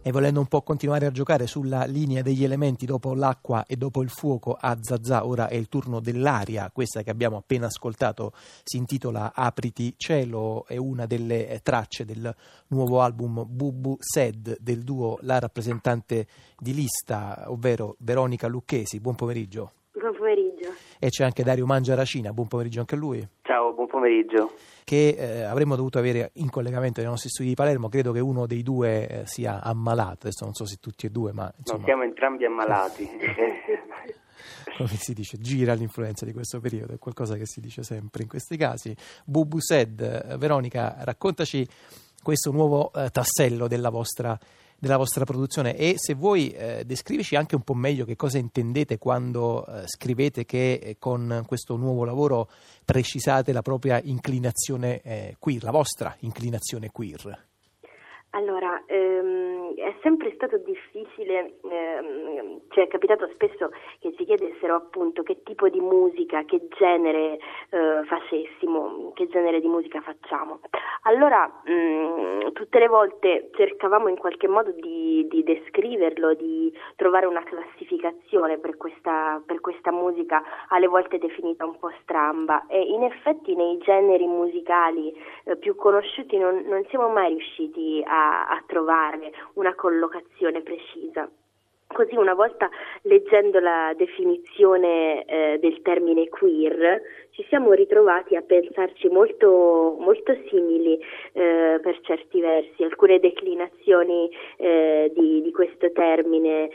E volendo un po' continuare a giocare sulla linea degli elementi, dopo l'acqua e dopo il fuoco a Zazà, ora è il turno dell'aria. Questa che abbiamo appena ascoltato si intitola Apriti cielo, è una delle tracce del nuovo album Bubu Said del duo La Rappresentante di Lista, ovvero Veronica Lucchesi. Buon pomeriggio. Buon pomeriggio. E c'è anche Dario Mangiaracina, buon pomeriggio anche a lui. Ciao, buon pomeriggio. Che avremmo dovuto avere in collegamento nei nostri studi di Palermo. Credo che uno dei due sia ammalato, adesso non so se tutti e due, ma insomma... Non siamo entrambi ammalati. Come si dice, gira l'influenza di questo periodo, è qualcosa che si dice sempre in questi casi. Bubu Said, Veronica, raccontaci questo nuovo tassello della vostra produzione e se vuoi descrivici anche un po' meglio che cosa intendete quando scrivete che con questo nuovo lavoro precisate la propria inclinazione queer, la vostra inclinazione queer. Allora, è sempre stato difficile, ci è capitato spesso che ci chiedessero appunto che tipo di musica, che genere facessimo, che genere di musica facciamo. Allora, tutte le volte cercavamo in qualche modo di descriverlo, di trovare una classificazione per questa musica alle volte definita un po' stramba, e in effetti nei generi musicali più conosciuti non siamo mai riusciti a trovare una collocazione precisa. Così una volta leggendo la definizione del termine queer ci siamo ritrovati a pensarci molto, molto simili per certi versi. Alcune declinazioni di questo termine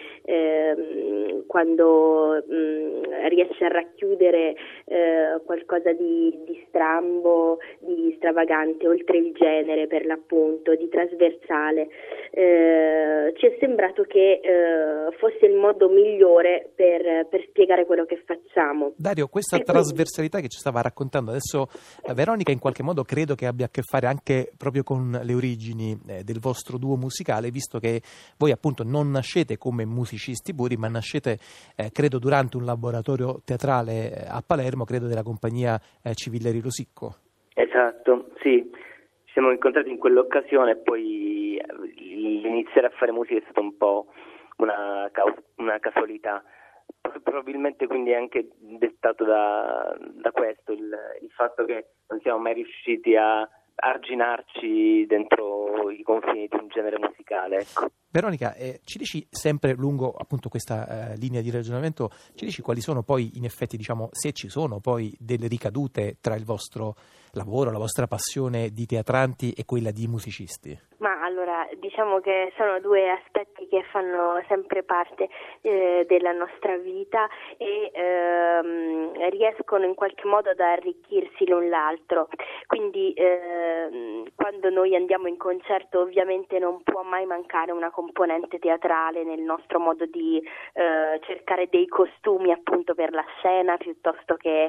quando riesce a racchiudere qualcosa di strambo, di stravagante, oltre il genere per l'appunto, di trasversale. Ci è sembrato che fosse il modo migliore per spiegare quello che facciamo. Dario, questa trasversalità che ci stava raccontando adesso Veronica in qualche modo credo che abbia a che fare anche proprio con le origini del vostro duo musicale, visto che voi appunto non nascete come musicisti puri, ma nascete credo durante un laboratorio teatrale a Palermo, credo della compagnia Civilleri Rosicco. Esatto, sì. Ci siamo incontrati in quell'occasione e poi l'iniziare a fare musica è stato un po' una casualità, probabilmente quindi anche dettato da questo, il fatto che non siamo mai riusciti a arginarci dentro i confini di un genere musicale, ecco. Veronica, ci dici sempre lungo appunto questa linea di ragionamento, ci dici quali sono poi in effetti, diciamo, se ci sono poi delle ricadute tra il vostro lavoro, la vostra passione di teatranti e quella di musicisti? Ma allora, diciamo che sono due aspetti che fanno sempre parte della nostra vita e riescono in qualche modo ad arricchirsi l'un l'altro. Quindi quando noi andiamo in concerto ovviamente non può mai mancare una componente teatrale nel nostro modo di cercare dei costumi appunto per la scena, piuttosto che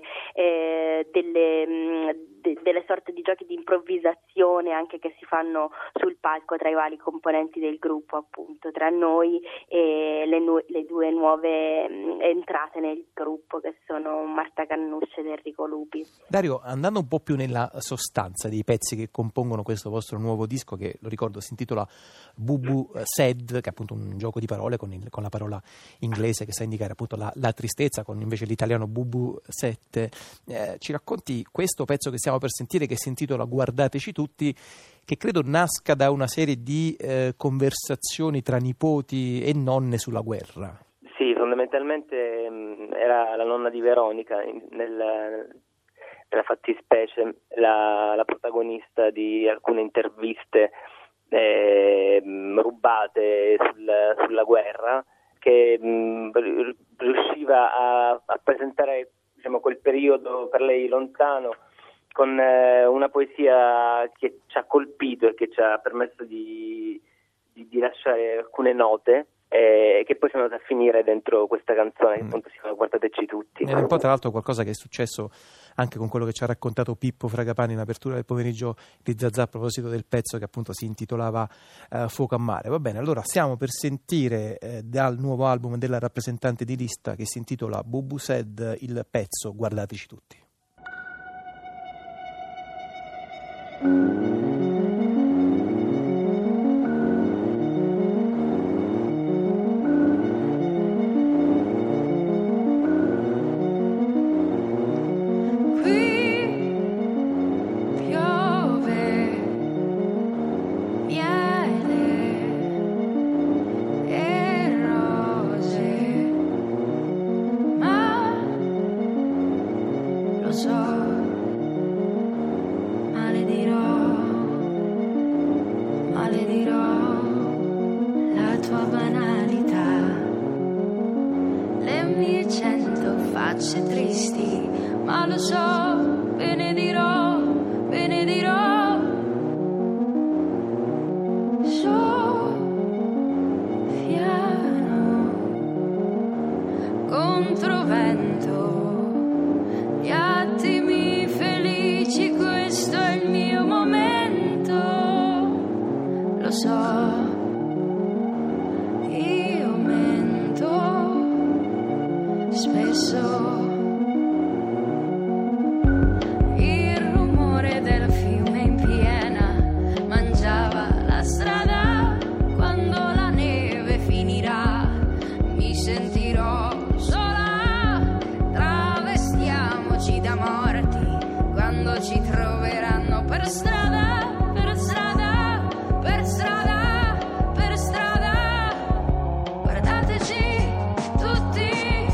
delle sorte di giochi di improvvisazione anche che si fanno sul palco tra i vari componenti del gruppo, appunto tra noi e le due nuove entrate nel gruppo che sono Marta Cannusce ed Enrico Lupi. Dario, andando un po' più nella sostanza dei pezzi che compongono questo vostro nuovo disco, che lo ricordo si intitola Bubu Said, che è appunto un gioco di parole con la parola inglese che sa indicare appunto la tristezza, con invece l'italiano Bubu 7. Ci racconti questo pezzo che stiamo per sentire, che si intitola Guardateci tutti, che credo nasca da una serie di conversazioni tra nipoti e nonne sulla guerra. Sì, fondamentalmente era la nonna di Veronica nella fattispecie la protagonista di alcune interviste rubate sulla guerra, che riusciva a presentare, diciamo, quel periodo per lei lontano con una poesia che ci ha colpito e che ci ha permesso di lasciare alcune note che poi sono andate a finire dentro questa canzone che appunto si chiama Guardateci tutti. È un po' tra l'altro qualcosa che è successo anche con quello che ci ha raccontato Pippo Fragapani in apertura del pomeriggio di Zazà a proposito del pezzo che appunto si intitolava Fuoco a mare. Va bene, allora stiamo per sentire dal nuovo album della rappresentante di lista che si intitola Bubu Said il pezzo Guardateci tutti. banalità, le mie 100 facce tristi, ma lo so, benedirò, soffiano contro vento, gli attimi felici, questo è il mio momento, lo so. Spesso il rumore del fiume in piena mangiava la strada, quando la neve finirà mi sentirò sola, travestiamoci da morti quando ci troveranno per strada, per strada, per strada, per strada, guardateci tutti.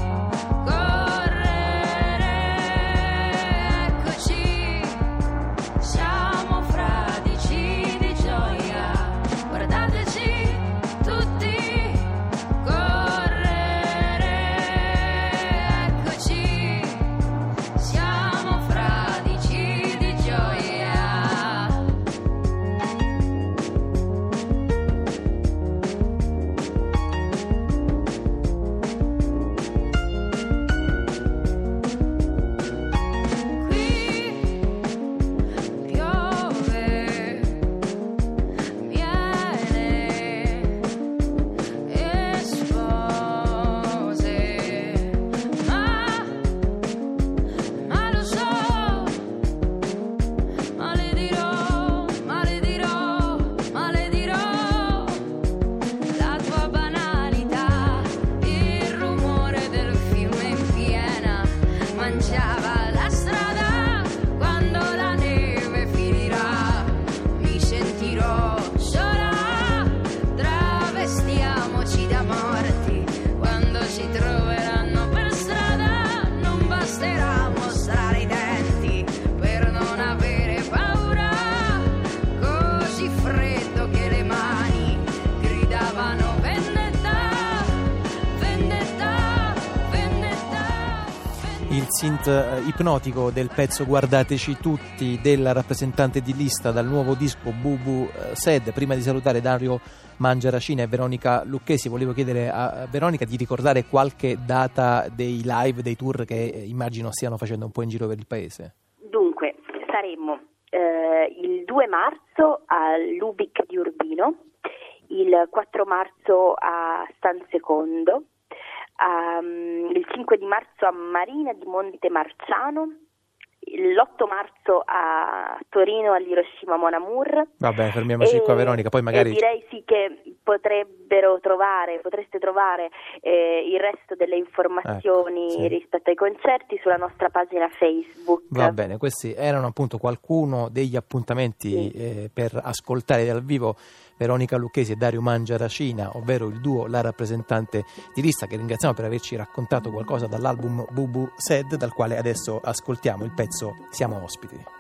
Il synth ipnotico del pezzo Guardateci tutti della rappresentante di lista dal nuovo disco Bubu Said. Prima di salutare Dario Mangiaracina e Veronica Lucchesi, volevo chiedere a Veronica di ricordare qualche data dei live, dei tour che immagino stiano facendo un po' in giro per il paese. Dunque, saremo il 2 marzo all'Ubic di Urbino, il 4 marzo a San Secondo, il 5 di marzo a Marina di Montemarciano, l'8 marzo a Torino all'Hiroshima Mon Amour. Vabbè, fermiamoci qua, Veronica, poi magari direi sì che potreste trovare il resto delle informazioni sì, rispetto ai concerti sulla nostra pagina Facebook. Va bene, questi erano appunto qualcuno degli appuntamenti per ascoltare dal vivo Veronica Lucchesi e Dario Mangiaracina, ovvero il duo La Rappresentante di Lista, che ringraziamo per averci raccontato qualcosa dall'album Bubu Said, dal quale adesso ascoltiamo il pezzo Siamo Ospiti.